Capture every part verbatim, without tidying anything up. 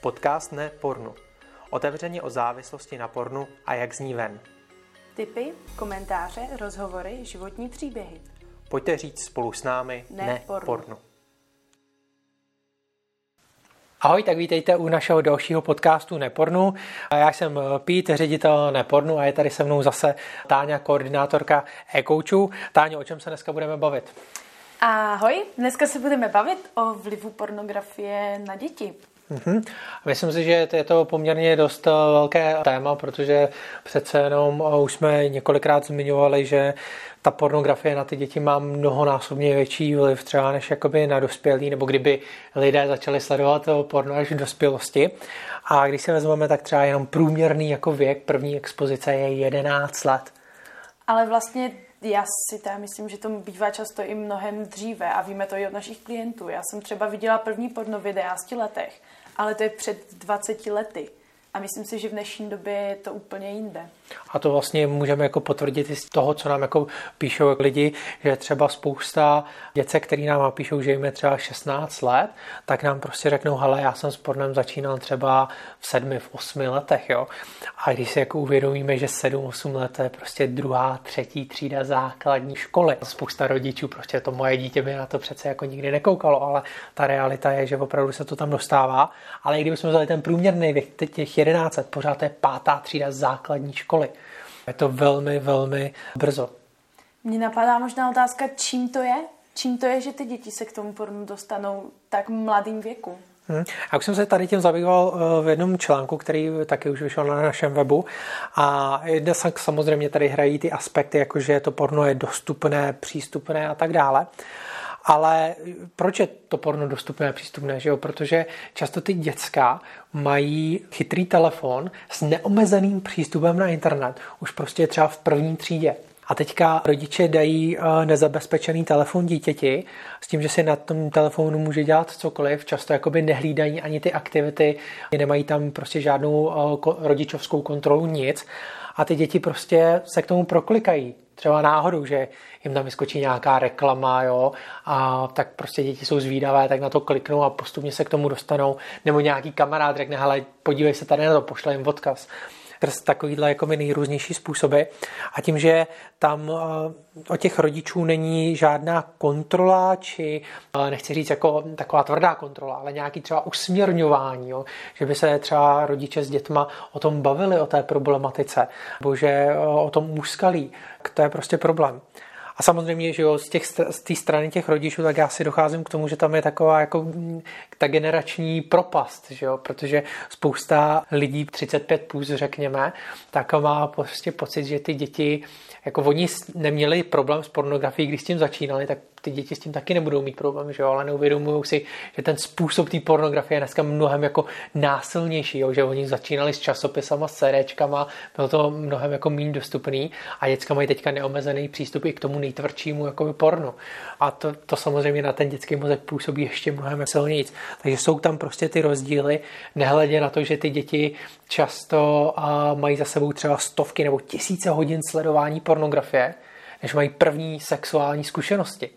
Podcast Ne pornu. Otevřeně o závislosti na pornu a jak z ní ven. Tipy, komentáře, rozhovory, životní příběhy. Pojďte říct spolu s námi Ne, Ne pornu. pornu. Ahoj, tak vítejte u našeho dalšího podcastu Nepornu. Já jsem Pete, ředitel Nepornu a je tady se mnou zase Táňa, koordinátorka e-coachů. Táňo, o čem se dneska budeme bavit? Ahoj, dneska se budeme bavit o vlivu pornografie na děti. Uhum. Myslím si, že je to poměrně dost velké téma, protože přece jenom už jsme několikrát zmiňovali, že ta pornografie na ty děti má mnohonásobně větší vliv třeba než jakoby na dospělí, nebo kdyby lidé začali sledovat porno až v dospělosti. A když se vezmeme, tak třeba jenom průměrný jako věk první expozice je jedenáct let. Ale vlastně já si teda myslím, že to bývá často i mnohem dříve a víme to i od našich klientů. Já jsem třeba viděla první porno v jedenácti letech, ale to je před dvaceti lety. A myslím si, že v dnešní době je to úplně jinde. A to vlastně můžeme jako potvrdit i z toho, co nám jako píšou lidi, že třeba spousta děcek, který nám píšou, že jim je třeba šestnáct let, tak nám prostě řeknou, hele, já jsem s pornem začínal třeba v sedmi, v osmi letech, jo. A když si jako uvědomíme, že sedm, osm let je prostě druhá, třetí třída základní školy. Spousta rodičů, prostě to moje dítě by na to přece jako nikdy nekoukalo, ale ta realita je, že opravdu se to tam dostává. Ale i kdybychom vzali ten průměrný věk, těch jedenáct let, pořád to je pátá třída základní školy. Je to velmi, velmi brzo. Mně napadá možná otázka, čím to je? Čím to je, že ty děti se k tomu pornu dostanou tak mladým věku? Hmm. Já už jsem se tady tím zabýval v jednom článku, který taky už vyšel na našem webu. A jedna samozřejmě tady hrají ty aspekty, jako že to porno je dostupné, přístupné a tak dále. Ale proč je to porno dostupné a přístupné? Že jo? Protože často ty děcka mají chytrý telefon s neomezeným přístupem na internet. Už prostě třeba v první třídě. A teďka rodiče dají nezabezpečený telefon dítěti s tím, že si na tom telefonu může dělat cokoliv. Často jakoby nehlídají ani ty aktivity, nemají tam prostě žádnou rodičovskou kontrolu, nic. A ty děti prostě se k tomu proklikají. Třeba náhodou, že jim tam vyskočí nějaká reklama, jo, a tak prostě děti jsou zvídavé, tak na to kliknou a postupně se k tomu dostanou. Nebo nějaký kamarád řekne, hele, podívej se tady na to, pošle jim odkaz. Takovýhle jako nejrůznější způsoby. A tím, že tam od těch rodičů není žádná kontrola, či nechci říct jako taková tvrdá kontrola, ale nějaký třeba usměrňování, jo? Že by se třeba rodiče s dětma o tom bavili, o té problematice, nebo že o tom úskalí. To je prostě problém. A samozřejmě, že jo, z těch, z té strany těch rodičů, tak já si docházím k tomu, že tam je taková jako ta generační propast, že jo, protože spousta lidí třicet pět plus, řekněme, tak má prostě pocit, že ty děti, jako oni neměli problém s pornografií, když s tím začínali, tak ty děti s tím taky nebudou mít problém, že jo, ale neuvědomují si, že ten způsob té pornografie je dneska mnohem jako násilnější, jo, že oni začínali s časopisama, s CDčkama, bylo to mnohem jako méně dostupný a děcka mají teďka neomezený přístup i k tomu nejtvrdšímu jako pornu. A to, to samozřejmě na ten dětský mozek působí ještě mnohem silnějc. Takže jsou tam prostě ty rozdíly, nehledě na to, že ty děti často a, mají za sebou třeba stovky nebo tisíce hodin sledování pornografie, než mají první sexuální zkušenosti.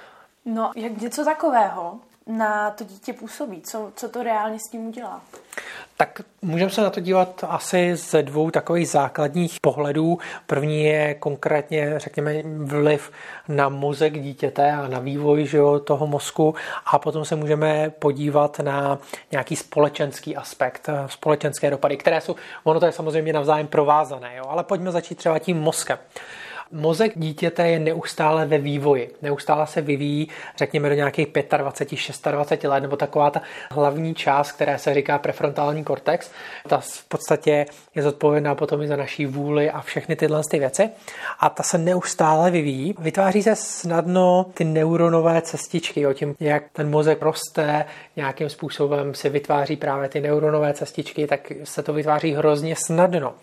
No, jak něco takového na to dítě působí? Co, co to reálně s tím udělá? Tak můžeme se na to dívat asi ze dvou takových základních pohledů. První je konkrétně, řekněme, vliv na mozek dítěte a na vývoj, že jo, toho mozku. A potom se můžeme podívat na nějaký společenský aspekt, společenské dopady, které jsou, ono to je samozřejmě navzájem provázané, jo, ale pojďme začít třeba tím mozkem. Mozek dítěte je neustále ve vývoji. Neustále se vyvíjí, řekněme, do nějakých dvacet pět, dvacet šest let, nebo taková ta hlavní část, která se říká prefrontální kortex. Ta v podstatě je zodpovědná potom i za naší vůli a všechny tyhle ty věci. A ta se neustále vyvíjí. Vytváří se snadno ty neuronové cestičky. O tím, jak ten mozek roste, nějakým způsobem se vytváří právě ty neuronové cestičky, tak se to vytváří hrozně snadno.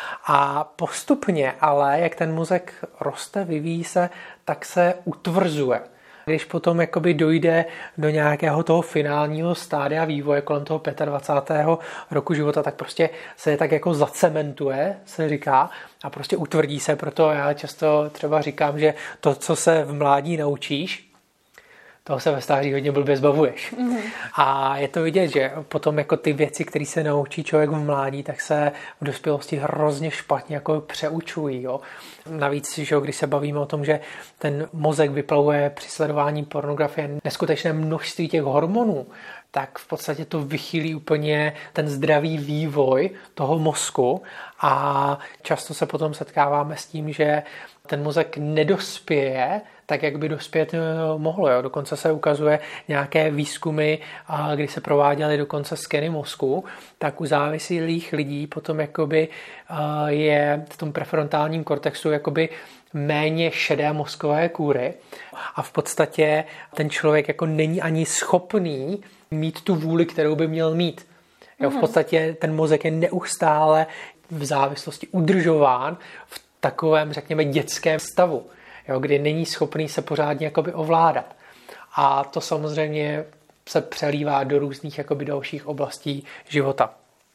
A postupně ale, jak ten mozek roste, vyvíjí se, tak se utvrzuje. Když potom jakoby dojde do nějakého toho finálního stádia vývoje kolem toho dvacátého pátého roku života, tak prostě se tak jako zacementuje, se říká, a prostě utvrdí se. Proto já často třeba říkám, že to, co se v mládí naučíš, toho se ve stáří hodně blbě zbavuješ. Mm-hmm. A je to vidět, že potom jako ty věci, které se naučí člověk v mládí, tak se v dospělosti hrozně špatně jako přeučují. Jo. Navíc, že když se bavíme o tom, že ten mozek vyplavuje při sledování pornografie neskutečné množství těch hormonů, tak v podstatě to vychýlí úplně ten zdravý vývoj toho mozku a často se potom setkáváme s tím, že ten mozek nedospěje tak, jak by dospět mohlo. Jo. Dokonce se ukazuje nějaké výzkumy, kdy se prováděly dokonce skeny mozku, tak u závislých lidí potom jakoby je v tom prefrontálním kortexu jakoby méně šedé mozkové kůry a v podstatě ten člověk jako není ani schopný mít tu vůli, kterou by měl mít. Jo, v podstatě ten mozek je neustále v závislosti udržován v takovém, řekněme, dětském stavu, jo, kdy není schopný se pořádně jakoby ovládat. A to samozřejmě se přelívá do různých jakoby dalších oblastí života.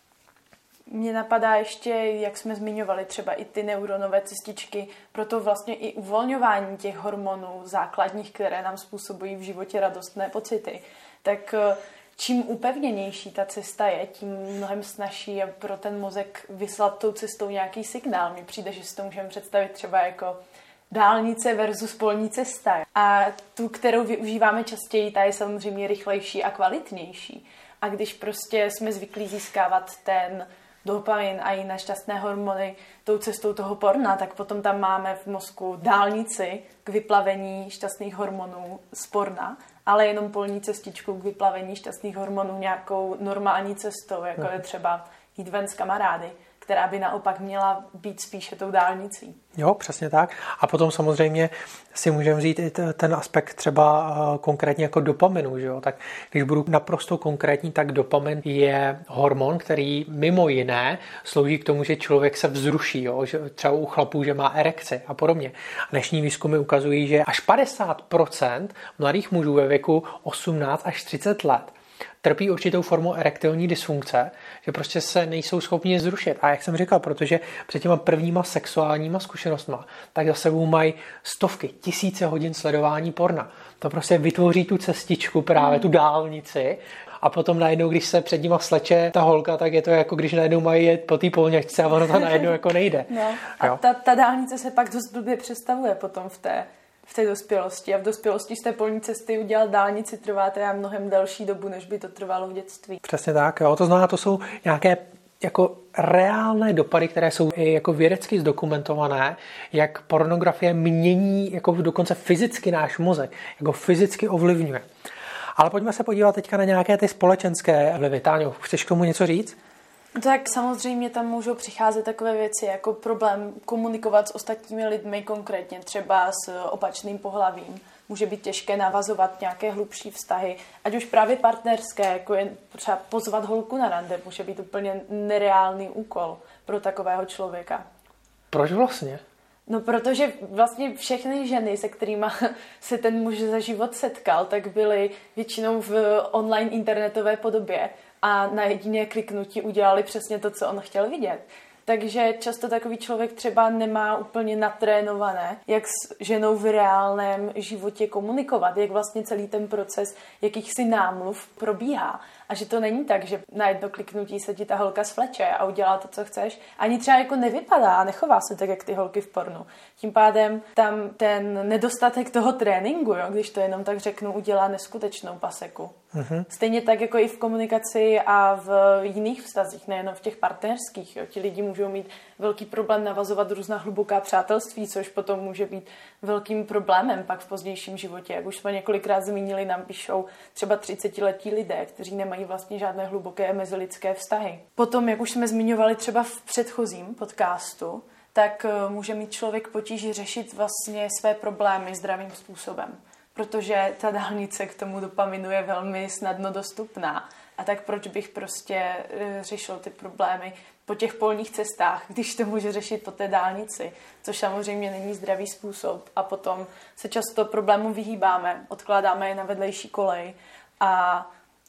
Mně napadá ještě, jak jsme zmiňovali, třeba i ty neuronové cystičky, proto vlastně i uvolňování těch hormonů základních, které nám způsobují v životě radostné pocity. Tak čím upevněnější ta cesta je, tím mnohem snazší je pro ten mozek vyslat tou cestou nějaký signál. Mně přijde, že si to můžeme představit třeba jako dálnice versus polní cesta. A tu, kterou využíváme častěji, ta je samozřejmě rychlejší a kvalitnější. A když prostě jsme zvyklí získávat ten dopamin a jiné šťastné hormony tou cestou toho porna, tak potom tam máme v mozku dálnici k vyplavení šťastných hormonů z porna, ale jenom polní cestičku k vyplavení šťastných hormonů nějakou normální cestou, jako je třeba jít ven s kamarády, která by naopak měla být spíše tou dálnicí. Jo, přesně tak. A potom samozřejmě si můžeme vzít i ten aspekt třeba konkrétně jako dopaminu. Že jo? Tak když budu naprosto konkrétní, tak dopamin je hormon, který mimo jiné slouží k tomu, že člověk se vzruší. Jo? Že třeba u chlapů, že má erekci a podobně. A dnešní výzkumy ukazují, že až padesát procent mladých mužů ve věku osmnáct až třicet let trpí určitou formou erektilní dysfunkce, že prostě se nejsou schopni zrušit. A jak jsem říkal, protože před těma prvníma sexuálníma zkušenostma, tak za sebou mají stovky, tisíce hodin sledování porna. To prostě vytvoří tu cestičku, právě tu dálnici a potom najednou, když se před nima sleče ta holka, tak je to jako když najednou mají jet po té polněčce a ono to najednou jako nejde. No. A ta, ta dálnice se pak dost blbě představuje potom v té v té dospělosti. A v dospělosti z té polní cesty udělat dálnici trvá teda mnohem delší dobu, než by to trvalo v dětství. Přesně tak, jo. To znamená, to jsou nějaké jako reálné dopady, které jsou i jako vědecky zdokumentované, jak pornografie mění jako dokonce fyzicky náš mozek, jako fyzicky ovlivňuje. Ale pojďme se podívat teďka na nějaké ty společenské vlivy. Táňo, chceš k tomu něco říct? Tak samozřejmě tam můžou přicházet takové věci jako problém komunikovat s ostatními lidmi, konkrétně třeba s opačným pohlavím. Může být těžké navazovat nějaké hlubší vztahy, ať už právě partnerské, jako je třeba pozvat holku na rande, může být úplně nereálný úkol pro takového člověka. Proč vlastně? No, protože vlastně všechny ženy, se kterými se ten muž za život setkal, tak byly většinou v online internetové podobě a na jediné kliknutí udělali přesně to, co on chtěl vidět. Takže často takový člověk třeba nemá úplně natrénované, jak s ženou v reálném životě komunikovat, jak vlastně celý ten proces jakýchsi námluv probíhá. A že to není tak, že na jedno kliknutí se ti ta holka svleče a udělá to, co chceš. Ani třeba jako nevypadá a nechová se tak, jak ty holky v pornu. Tím pádem tam ten nedostatek toho tréninku, jo, když to jenom tak řeknu, udělá neskutečnou paseku. Mm-hmm. Stejně tak jako i v komunikaci a v jiných vztazích, nejenom v těch partnerských. Jo. Ti lidi můžou mít velký problém navazovat různá hluboká přátelství, což potom může být velkým problémem pak v pozdějším životě. Jak už jsme několikrát zmínili, nám píšou třeba třicetiletí lidé, kteří nemají vlastně žádné hluboké mezilidské vztahy. Potom, jak už jsme zmiňovali třeba v předchozím podcastu, tak může mít člověk potíž řešit vlastně své problémy zdravým způsobem, protože ta dálnice k tomu dopaminu je velmi snadno dostupná. A tak proč bych prostě řešil ty problémy po těch polních cestách, když to může řešit po té dálnici, což samozřejmě není zdravý způsob. A potom se často problémům vyhýbáme, odkládáme je na vedlejší kolej a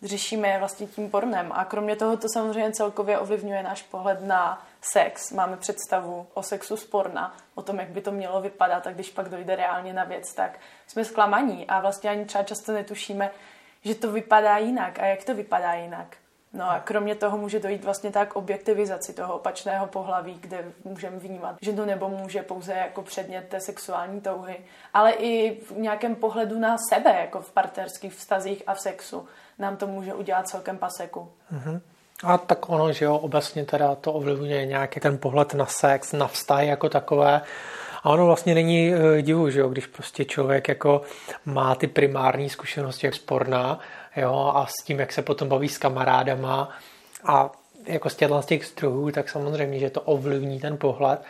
řešíme vlastně tím pornem. A kromě toho to samozřejmě celkově ovlivňuje náš pohled na sex. Máme představu o sexu z porna, o tom, jak by to mělo vypadat, a když pak dojde reálně na věc, tak jsme zklamaní a vlastně ani třeba často netušíme, že to vypadá jinak a jak to vypadá jinak. No a kromě toho může dojít vlastně tak objektivizaci toho opačného pohlaví, kde můžeme vnímat ženu nebo muže pouze jako předmět té sexuální touhy, ale i v nějakém pohledu na sebe, jako v partnerských vztazích a v sexu, nám to může udělat celkem paseku. Mm-hmm. A tak ono, že jo, obecně teda to ovlivňuje nějaký ten pohled na sex, na vztahy jako takové. A ono vlastně není divu, že jo, když prostě člověk jako má ty primární zkušenosti jak sporná, jo, a s tím, jak se potom baví s kamarádama a jako z těchto z těch zdrojů, tak samozřejmě, že to ovlivní ten pohled.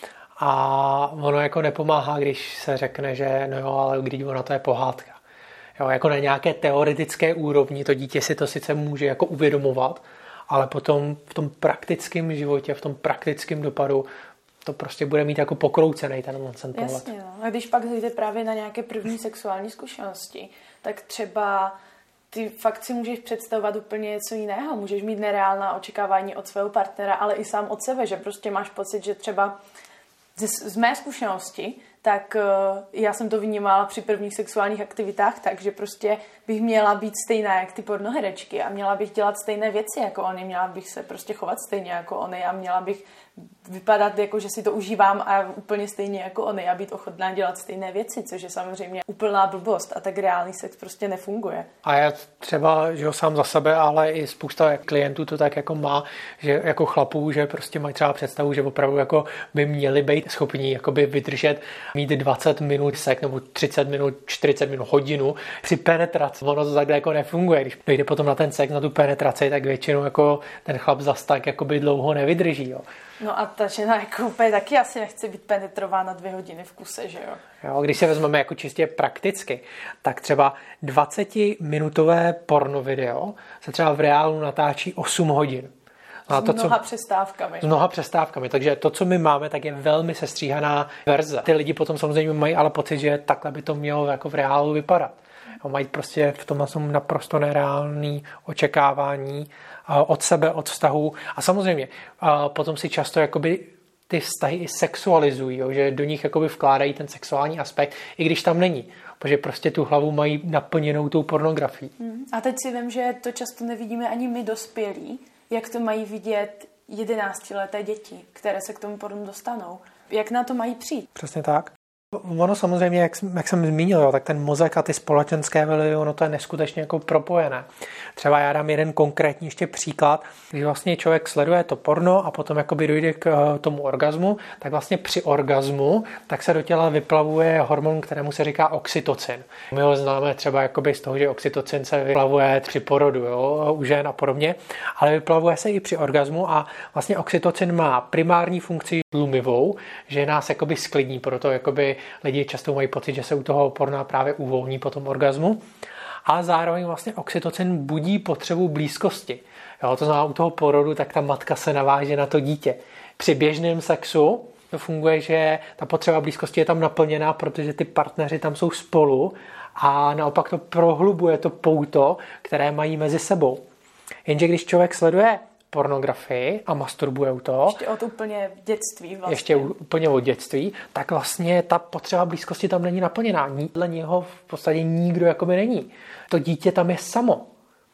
A ono jako nepomáhá, když se řekne, že no jo, ale když ono to je pohádka. Jo, jako na nějaké teoretické úrovni to dítě si to sice může jako uvědomovat, ale potom v tom praktickém životě, v tom praktickém dopadu to prostě bude mít jako pokroucený ten pohled. Jasně, no. A když pak dojde právě na nějaké první sexuální zkušenosti, tak třeba ty fakt si můžeš představovat úplně něco jiného. Můžeš mít nereálná očekávání od svého partnera, ale i sám od sebe, že prostě máš pocit, že třeba z, z mé zkušenosti, tak uh, já jsem to vnímala při prvních sexuálních aktivitách, takže prostě bych měla být stejná jak ty pornoherečky a měla bych dělat stejné věci jako oni, měla bych se prostě chovat stejně jako oni a měla bych vypadat jako, že si to užívám a úplně stejně jako oni a být ochotná dělat stejné věci, což je samozřejmě úplná blbost a tak reálný sex prostě nefunguje. A já třeba, že ho sám za sebe, ale i spousta klientů to tak jako má, že jako chlapů, že prostě mají třeba představu, že opravdu jako by měli být schopní jakoby vydržet, mít dvacet minut sex nebo třicet minut, čtyřicet minut, hodinu při penetraci. Ono to takhle jako nefunguje. Když dojde potom na ten sex, na tu penetraci, tak většinou jako ten chlap zas tak jakoby dlouho nevydrží, jo. No a ta žena jako úplně taky asi nechce být penetrována dvě hodiny v kuse, že jo? Jo, když se vezmeme jako čistě prakticky, tak třeba dvacetiminutové porno video se třeba v reálu natáčí osm hodin. S to, mnoha co, přestávkami. S mnoha přestávkami, takže to, co my máme, tak je velmi sestříhaná verze. Ty lidi potom samozřejmě mají ale pocit, že takhle by to mělo jako v reálu vypadat. Mají prostě v tomhle naprosto nereální očekávání od sebe, od vztahů. A samozřejmě potom si často jakoby ty vztahy i sexualizují, jo, že do nich jakoby vkládají ten sexuální aspekt, i když tam není. Protože prostě tu hlavu mají naplněnou tou pornografií. A teď si vím, že to často nevidíme ani my dospělí, jak to mají vidět jedenáctileté děti, které se k tomu pornu dostanou. Jak na to mají přijít? Přesně tak. Ono samozřejmě, jak, jak jsem zmínil, jo, tak ten mozek a ty společenské vlivy, ono to je neskutečně jako propojené. Třeba já dám jeden konkrétní ještě příklad, když vlastně člověk sleduje to porno a potom jakoby dojde k tomu orgazmu, tak vlastně při orgazmu tak se do těla vyplavuje hormon, kterému se říká oxytocin. My ho známe třeba jakoby z toho, že oxytocin se vyplavuje při porodu, jo, u žen a podobně, ale vyplavuje se i při orgazmu a vlastně oxytocin má primární funkci tlumivou, že nás jakoby sklidní, proto jakoby lidi často mají pocit, že se u toho porna právě uvolní po tom orgazmu. A zároveň vlastně oxytocin budí potřebu blízkosti. Jo, to znamená, u toho porodu tak ta matka se naváže na to dítě. Při běžném sexu to funguje, že ta potřeba blízkosti je tam naplněná, protože ty partneři tam jsou spolu a naopak to prohlubuje to pouto, které mají mezi sebou. Jenže když člověk sleduje pornografii a masturbuje u toho. Ještě od úplně dětství vlastně. Ještě úplně od dětství, tak vlastně ta potřeba blízkosti tam není naplněná. Dle něho v podstatě nikdo jakoby není. To dítě tam je samo.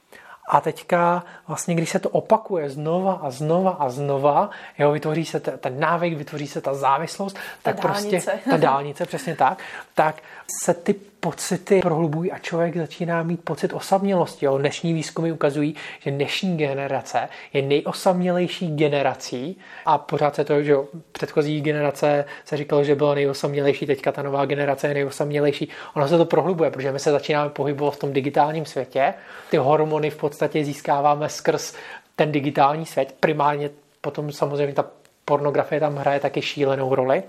A teďka vlastně, když se to opakuje znova a znova a znova, jo, vytvoří se ten návyk, vytvoří se ta závislost, ta tak dálnice. prostě ta dálnice, přesně tak, tak se ty pocity prohlubují a člověk začíná mít pocit osamělosti. Jo. Dnešní výzkumy ukazují, že dnešní generace je nejosamělejší generací a pořád se to, že jo, předchozí generace se říkalo, že byla nejosamělejší, teďka ta nová generace je nejosamělejší. Ono se to prohlubuje, protože my se začínáme pohybovat v tom digitálním světě. Ty hormony v podstatě získáváme skrz ten digitální svět. Primárně potom samozřejmě ta pornografie tam hraje taky šílenou roli.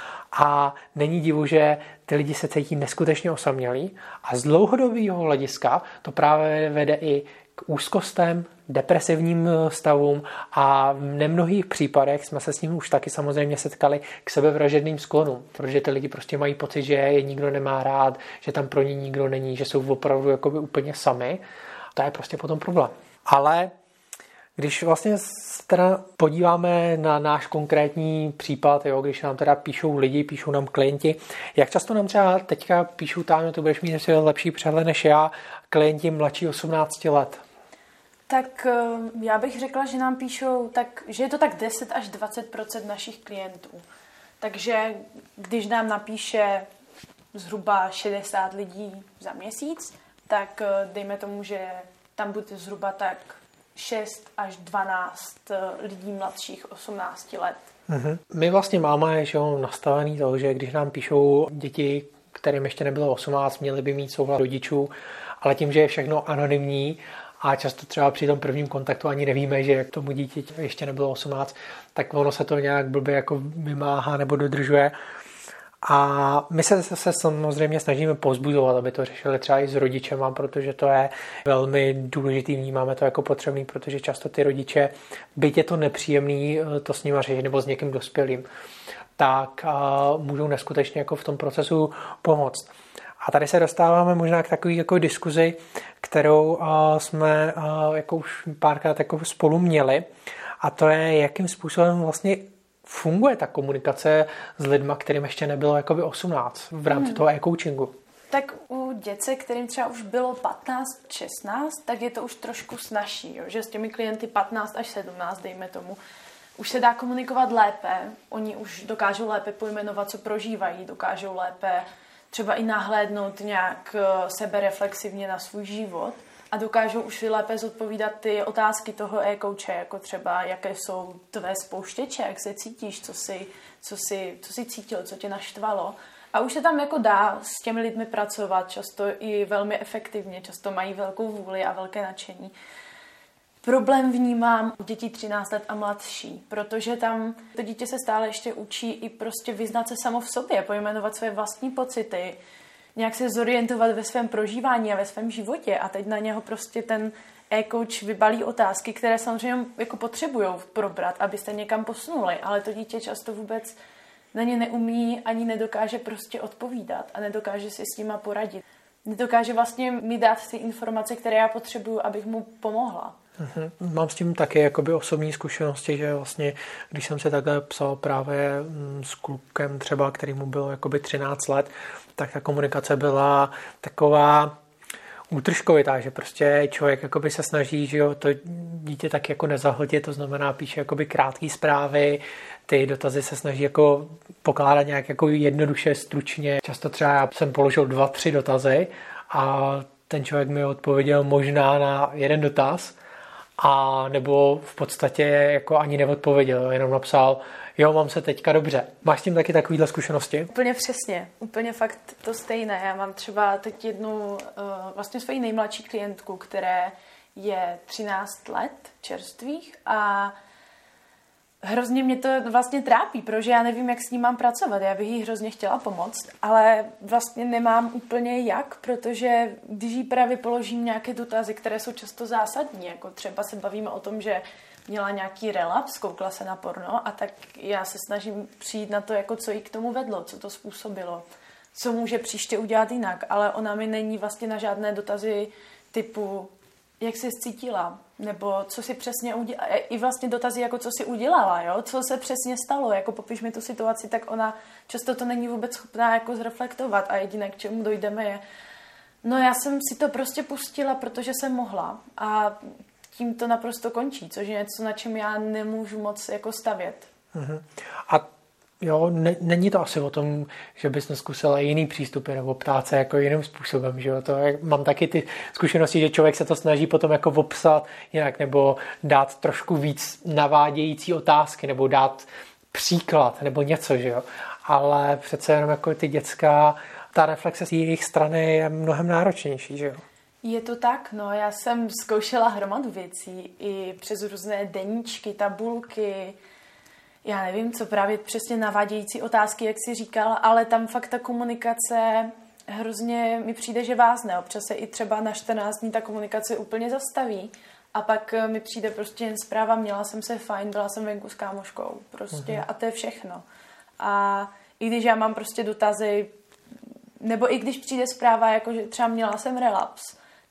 A není divu, že ty lidi se cítí neskutečně osamělí a z dlouhodobého hlediska to právě vede i k úzkostem, depresivním stavům a v nemnohých případech jsme se s ním už taky samozřejmě setkali k sebevražedným sklonům, protože ty lidi prostě mají pocit, že je nikdo nemá rád, že tam pro ně nikdo není, že jsou opravdu jakoby úplně sami To je prostě potom problém. Ale když vlastně teda podíváme na náš konkrétní případ, jo, když nám teda píšou lidi, píšou nám klienti, jak často nám třeba teďka píšou tam, to budeš mít ještě lepší přehled než já, klienti mladší osmnácti let? Tak já bych řekla, že nám píšou, tak, že je to tak deset až dvacet procent našich klientů. Takže když nám napíše zhruba šedesát lidí za měsíc, tak dejme tomu, že tam bude zhruba tak šest až dvanáct lidí mladších osmnácti let. Mm-hmm. My vlastně máme že jo, nastavený to, že když nám píšou děti, kterým ještě nebylo osmnáct, měli by mít souhlas rodičů, ale tím, že je všechno anonymní a často třeba při tom prvním kontaktu ani nevíme, že jak tomu dítě ještě nebylo osmnáct, tak ono se to nějak blbě jako vymáhá nebo dodržuje. A my se, se samozřejmě snažíme povzbuzovat, aby to řešili třeba i s rodičema, protože to je velmi důležitý, vnímáme to jako potřebný, protože často ty rodiče, byť je to nepříjemný to s nima řešit nebo s někým dospělým, tak uh, můžou neskutečně jako v tom procesu pomoct. A tady se dostáváme možná k takové jako diskuzi, kterou uh, jsme uh, jako už párkrát jako spolu měli, a to je, jakým způsobem vlastně funguje ta komunikace s lidma, kterým ještě nebylo jakoby osmnáct v rámci hmm. toho e-coachingu? Tak u dětce, kterým třeba už bylo patnáct šestnáct, tak je to už trošku snazší, jo? Že s těmi klienty patnáct až sedmnáct, dejme tomu, už se dá komunikovat lépe, oni už dokážou lépe pojmenovat, co prožívají, dokážou lépe třeba i nahlédnout nějak sebereflexivně na svůj život a dokážou už lépe zodpovídat ty otázky toho e-coache, jako třeba, jaké jsou tvé spouštěče, jak se cítíš, co jsi, co jsi, co jsi cítil, co tě naštvalo. A už se tam jako dá s těmi lidmi pracovat, často i velmi efektivně, často mají velkou vůli a velké nadšení. Problém vnímám u dětí třináct let a mladší, protože tam to dítě se stále ještě učí i prostě vyznat se samo v sobě, pojmenovat své vlastní pocity, nějak se zorientovat ve svém prožívání a ve svém životě a teď na něho prostě ten e-coach vybalí otázky, které samozřejmě jako potřebujou probrat, abyste někam posunuli, ale to dítě často vůbec na ně neumí ani nedokáže prostě odpovídat a nedokáže si s nima poradit. Nedokáže vlastně mi dát ty informace, které já potřebuju, abych mu pomohla. Uhum. Mám s tím taky jakoby osobní zkušenosti, že vlastně, když jsem se takhle psal právě s klukem třeba, který mu bylo jakoby třináct let, tak ta komunikace byla taková útržkovitá, že prostě člověk jakoby se snaží, že jo, to dítě tak jako nezahltit, to znamená píše jakoby krátké zprávy, ty dotazy se snaží jako pokládat nějak jako jednoduše, stručně. Často třeba já jsem položil dva, tři dotazy a ten člověk mi odpověděl možná na jeden dotaz, a nebo v podstatě jako ani neodpověděl, jenom napsal, jo, mám se teďka dobře. Máš s tím taky takovýhle zkušenosti? Úplně přesně, úplně fakt to stejné. Já mám třeba teď jednu vlastně svoji nejmladší klientku, které je třináct let čerstvých a hrozně mě to vlastně trápí, protože já nevím, jak s ním mám pracovat. Já bych jí hrozně chtěla pomoct, ale vlastně nemám úplně jak, protože když jí právě položím nějaké dotazy, které jsou často zásadní, jako třeba se bavíme o tom, že měla nějaký relaps, koukla se na porno a tak já se snažím přijít na to, jako co jí k tomu vedlo, co to způsobilo, co může příště udělat jinak, ale ona mi není vlastně na žádné dotazy typu jak jsi cítila, nebo co si přesně udělala, i vlastně dotazy, jako co si udělala, jo? Co se přesně stalo, jako popiš mi tu situaci, tak ona často to není vůbec schopná jako zreflektovat a jediné, k čemu dojdeme je, no já jsem si to prostě pustila, protože jsem mohla a tím to naprosto končí, což je něco, na čem já nemůžu moc jako stavět. Uh-huh. A jo, ne, není to asi o tom, že bys neskusila jiný přístupy nebo ptát se jako jiným způsobem, že jo? To je, mám taky ty zkušenosti, že člověk se to snaží potom jako obsat jinak nebo dát trošku víc navádějící otázky nebo dát příklad nebo něco, že jo? Ale přece jenom jako ty dětská, ta reflexe z jejich strany je mnohem náročnější, že jo? Je to tak, no, já jsem zkoušela hromadu věcí i přes různé deníčky, tabulky, já nevím, co právě přesně navádějící otázky, jak jsi říkal, ale tam fakt ta komunikace hrozně mi přijde, že vázne. Občas se i třeba na čtrnáct dní ta komunikace úplně zastaví a pak mi přijde prostě jen zpráva, měla jsem se fajn, byla jsem venku s kámoškou prostě uh-huh. a to je všechno. A i když já mám prostě dotazy, nebo i když přijde zpráva, jako že třeba měla jsem relaps, tak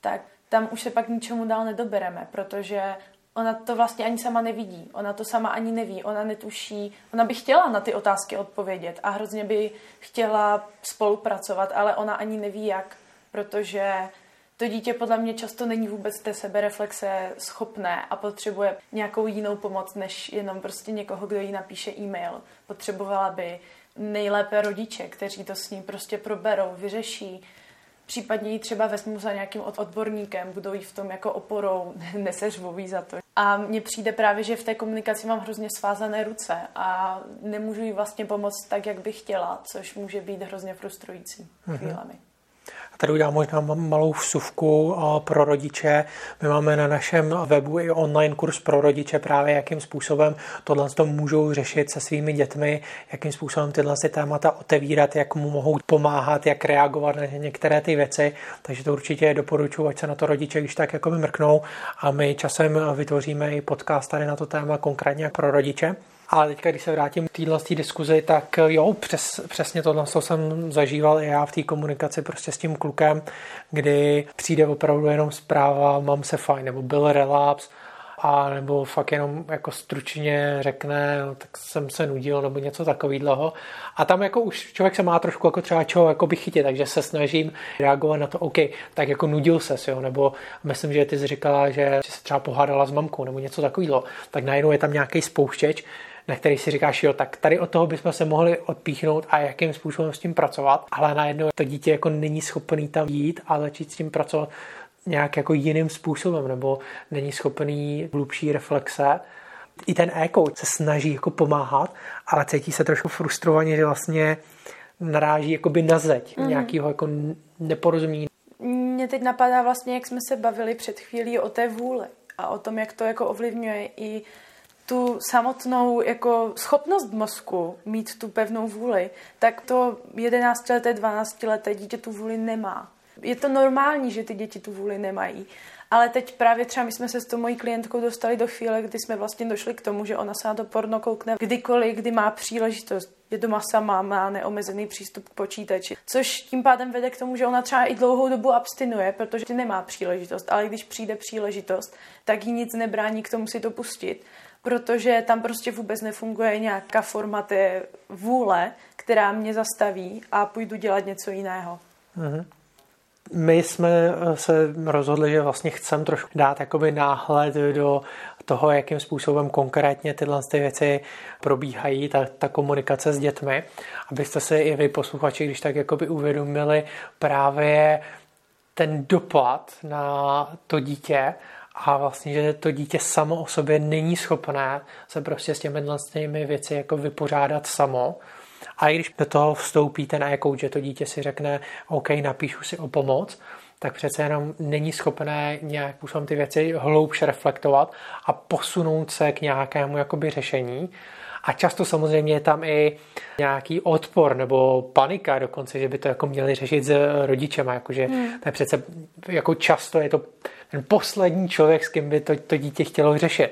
tam už se pak ničemu dál nedobereme, protože ona to vlastně ani sama nevidí, ona to sama ani neví, ona netuší, ona by chtěla na ty otázky odpovědět a hrozně by chtěla spolupracovat, ale ona ani neví jak, protože to dítě podle mě často není vůbec té sebereflexe schopné a potřebuje nějakou jinou pomoc, než jenom prostě někoho, kdo jí napíše e-mail. Potřebovala by nejlépe rodiče, kteří to s ní prostě proberou, vyřeší, případně ji třeba vezmu za nějakým odborníkem, budou jí v tom jako oporou, neseřvou jí za to. A mně přijde právě, že v té komunikaci mám hrozně svázané ruce a nemůžu jí vlastně pomoct tak, jak bych chtěla, což může být hrozně frustrující chvílemi. Tady udělám možná malou vsuvku pro rodiče. My máme na našem webu i online kurz pro rodiče právě, jakým způsobem tohle to můžou řešit se svými dětmi, jakým způsobem tyhle témata otevírat, jak mu mohou pomáhat, jak reagovat na některé ty věci. Takže to určitě doporučuji, ať se na to rodiče když tak jakoby mrknou a my časem vytvoříme i podcast tady na to téma konkrétně pro rodiče. Ale teďka, když se vrátím k téhle diskuzi, tak jo, přes, přesně tohle jsem zažíval i já v té komunikaci prostě s tím klukem, kdy přijde opravdu jenom zpráva, mám se fajn, nebo byl relaps, a nebo fakt jenom jako stručně řekne, no, tak jsem se nudil, nebo něco takového. A tam jako už člověk se má trošku jako třeba čeho jako by chytit, takže se snažím reagovat na to, OK, tak jako nudil ses, jo, nebo myslím, že ty jsi říkala, že se třeba pohádala s mamkou, nebo něco takového, tak najednou je tam nějaký spouštěč, na který si říkáš, jo, tak tady od toho bychom se mohli odpíchnout a jakým způsobem s tím pracovat, ale najednou to dítě jako není schopný tam jít a začít s tím pracovat nějak jako jiným způsobem, nebo není schopný hlubší reflexe. I ten e-coach se snaží jako pomáhat, ale cítí se trošku frustrovaně, že vlastně naráží jakoby na zeď, mm-hmm. nějakého jako neporozumění. Mně teď napadá vlastně, jak jsme se bavili před chvílí o té vůli a o tom, jak to jako ovlivňuje i tu samotnou jako schopnost mozku mít tu pevnou vůli, tak to jedenáctileté, dvanáctileté dítě tu vůli nemá. Je to normální, že ty děti tu vůli nemají. Ale teď právě třeba my jsme se s tou mojí klientkou dostali do chvíle, kdy jsme vlastně došli k tomu, že ona se na to porno koukne kdykoliv, kdy má příležitost. Je doma sama, má neomezený přístup k počítači. Což tím pádem vede k tomu, že ona třeba i dlouhou dobu abstinuje, protože nemá příležitost. Ale když přijde příležitost, tak jí nic nebrání k tomu si to pustit. Protože tam prostě vůbec nefunguje nějaká forma té vůle, která mě zastaví a půjdu dělat něco jiného. Mhm. My jsme se rozhodli, že vlastně chceme trošku dát jakoby náhled do toho, jakým způsobem konkrétně tyhle ty věci probíhají, ta, ta komunikace s dětmi, abyste si i vy posluchači, když tak jakoby uvědomili právě ten dopad na to dítě a vlastně, že to dítě samo o sobě není schopné se prostě s těmi, těmi věci jako vypořádat samo. A i když do toho vstoupí ten e-coach, že to dítě si řekne, OK, napíšu si o pomoc, tak přece jenom není schopné nějak způsobem ty věci hloubše reflektovat a posunout se k nějakému jakoby řešení. A často samozřejmě je tam i nějaký odpor nebo panika dokonce, že by to jako měli řešit s rodičema, jakože hmm. to je přece jako často je to ten poslední člověk, s kým by to, to dítě chtělo řešit.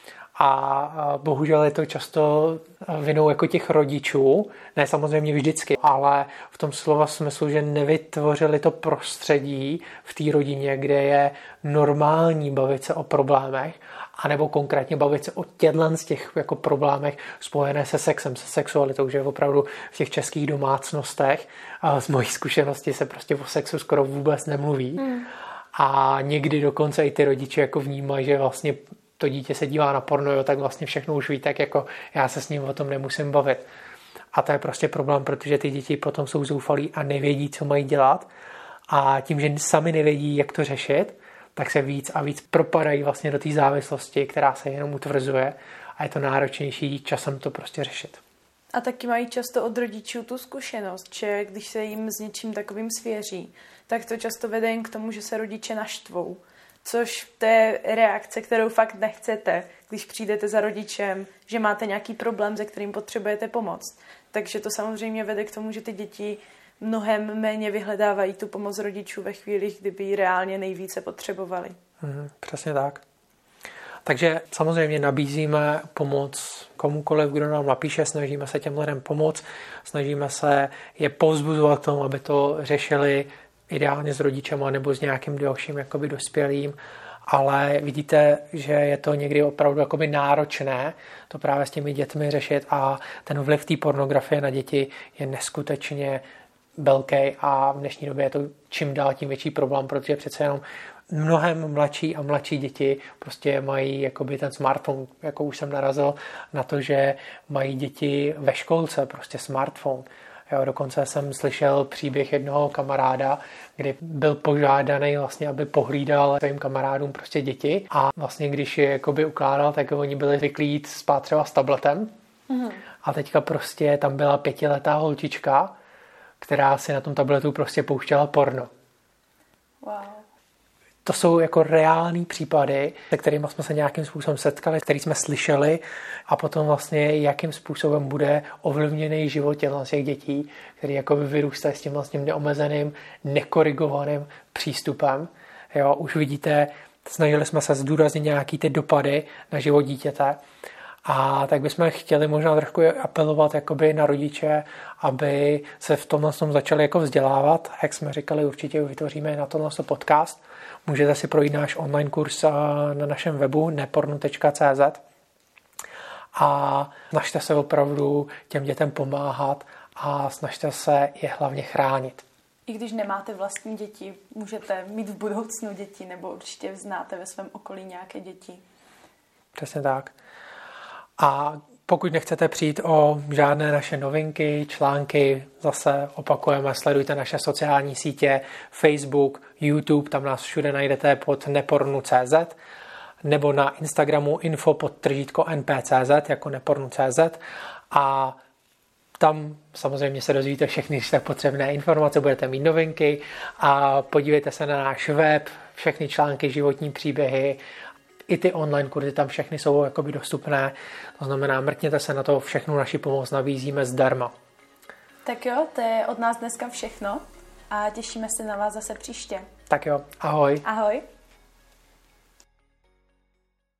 A bohužel je to často vinou jako těch rodičů, ne samozřejmě vždycky, ale v tom slova smyslu, že nevytvořili to prostředí v té rodině, kde je normální bavit se o problémech, anebo konkrétně bavit se o těchto z těch jako problémech spojené se sexem, se sexualitou, že opravdu v těch českých domácnostech z mojí zkušenosti se prostě o sexu skoro vůbec nemluví. Hmm. A někdy dokonce i ty rodiče jako vnímají, že vlastně to dítě se dívá na porno, jo, tak vlastně všechno už ví, tak jako já se s ním o tom nemusím bavit. A to je prostě problém, protože ty děti potom jsou zoufalí a nevědí, co mají dělat. A tím, že sami nevědí, jak to řešit, tak se víc a víc propadají vlastně do té závislosti, která se jenom utvrzuje a je to náročnější časem to prostě řešit. A taky mají často od rodičů tu zkušenost, že když se jim s něčím takovým svěří, tak to často vede jen k tomu, že se rodiče naštvou. Což to je reakce, kterou fakt nechcete, když přijdete za rodičem, že máte nějaký problém, se kterým potřebujete pomoct. Takže to samozřejmě vede k tomu, že ty děti mnohem méně vyhledávají tu pomoc rodičů ve chvílích, kdyby ji reálně nejvíce potřebovali. Hmm, přesně tak. Takže samozřejmě nabízíme pomoc komukoliv, kdo nám napíše, snažíme se těm lidem pomoct, snažíme se je povzbuzovat k tomu, aby to řešili ideálně s rodičema nebo s nějakým dalším jakoby dospělým, ale vidíte, že je to někdy opravdu jakoby náročné to právě s těmi dětmi řešit a ten vliv té pornografie na děti je neskutečně velký a v dnešní době je to čím dál tím větší problém, protože přece jenom mnohem mladší a mladší děti prostě mají jakoby ten smartphone, jako už jsem narazil na to, že mají děti ve školce prostě smartphone. Jo, dokonce jsem slyšel příběh jednoho kamaráda, kdy byl požádaný vlastně, aby pohlídal svým kamarádům prostě děti a vlastně když je jakoby ukládal, tak oni byli zvyklí jít spát třeba s tabletem mm. a teďka prostě tam byla pětiletá holčička, která si na tom tabletu prostě pouštěla porno. Wow. To jsou jako reální případy, se kterými jsme se nějakým způsobem setkali, který jsme slyšeli a potom vlastně jakým způsobem bude ovlivněný život těch dětí, který jako vyrůstají s tím vlastně neomezeným, nekorigovaným přístupem. Jo, už vidíte, snažili jsme se zdůraznit nějaký ty dopady na život dítěte a tak bychom chtěli možná trošku apelovat jakoby na rodiče, aby se v tomhle začali jako vzdělávat. Jak jsme říkali, určitě vytvoříme na tomhle podcast. Můžete si projít náš online kurz na našem webu nepornu tečka cé zet a snažte se opravdu těm dětem pomáhat a snažte se je hlavně chránit. I když nemáte vlastní děti, můžete mít v budoucnu děti nebo určitě znáte ve svém okolí nějaké děti. Přesně tak. A pokud nechcete přijít o žádné naše novinky, články, zase opakujeme, sledujte naše sociální sítě, Facebook, YouTube, tam nás všude najdete pod nepornu tečka cé zet nebo na Instagramu info podtržítko en pé tečka cé zet jako nepornu tečka cé zet a tam samozřejmě se dozvíte všechny tak potřebné informace, budete mít novinky a podívejte se na náš web, všechny články, životní příběhy, i ty online kurzy tam všechny jsou jakoby dostupné, to znamená mrkněte se na to, všechnu naši pomoc nabízíme zdarma. Tak jo, to je od nás dneska všechno a těšíme se na vás zase příště. Tak jo, ahoj. Ahoj.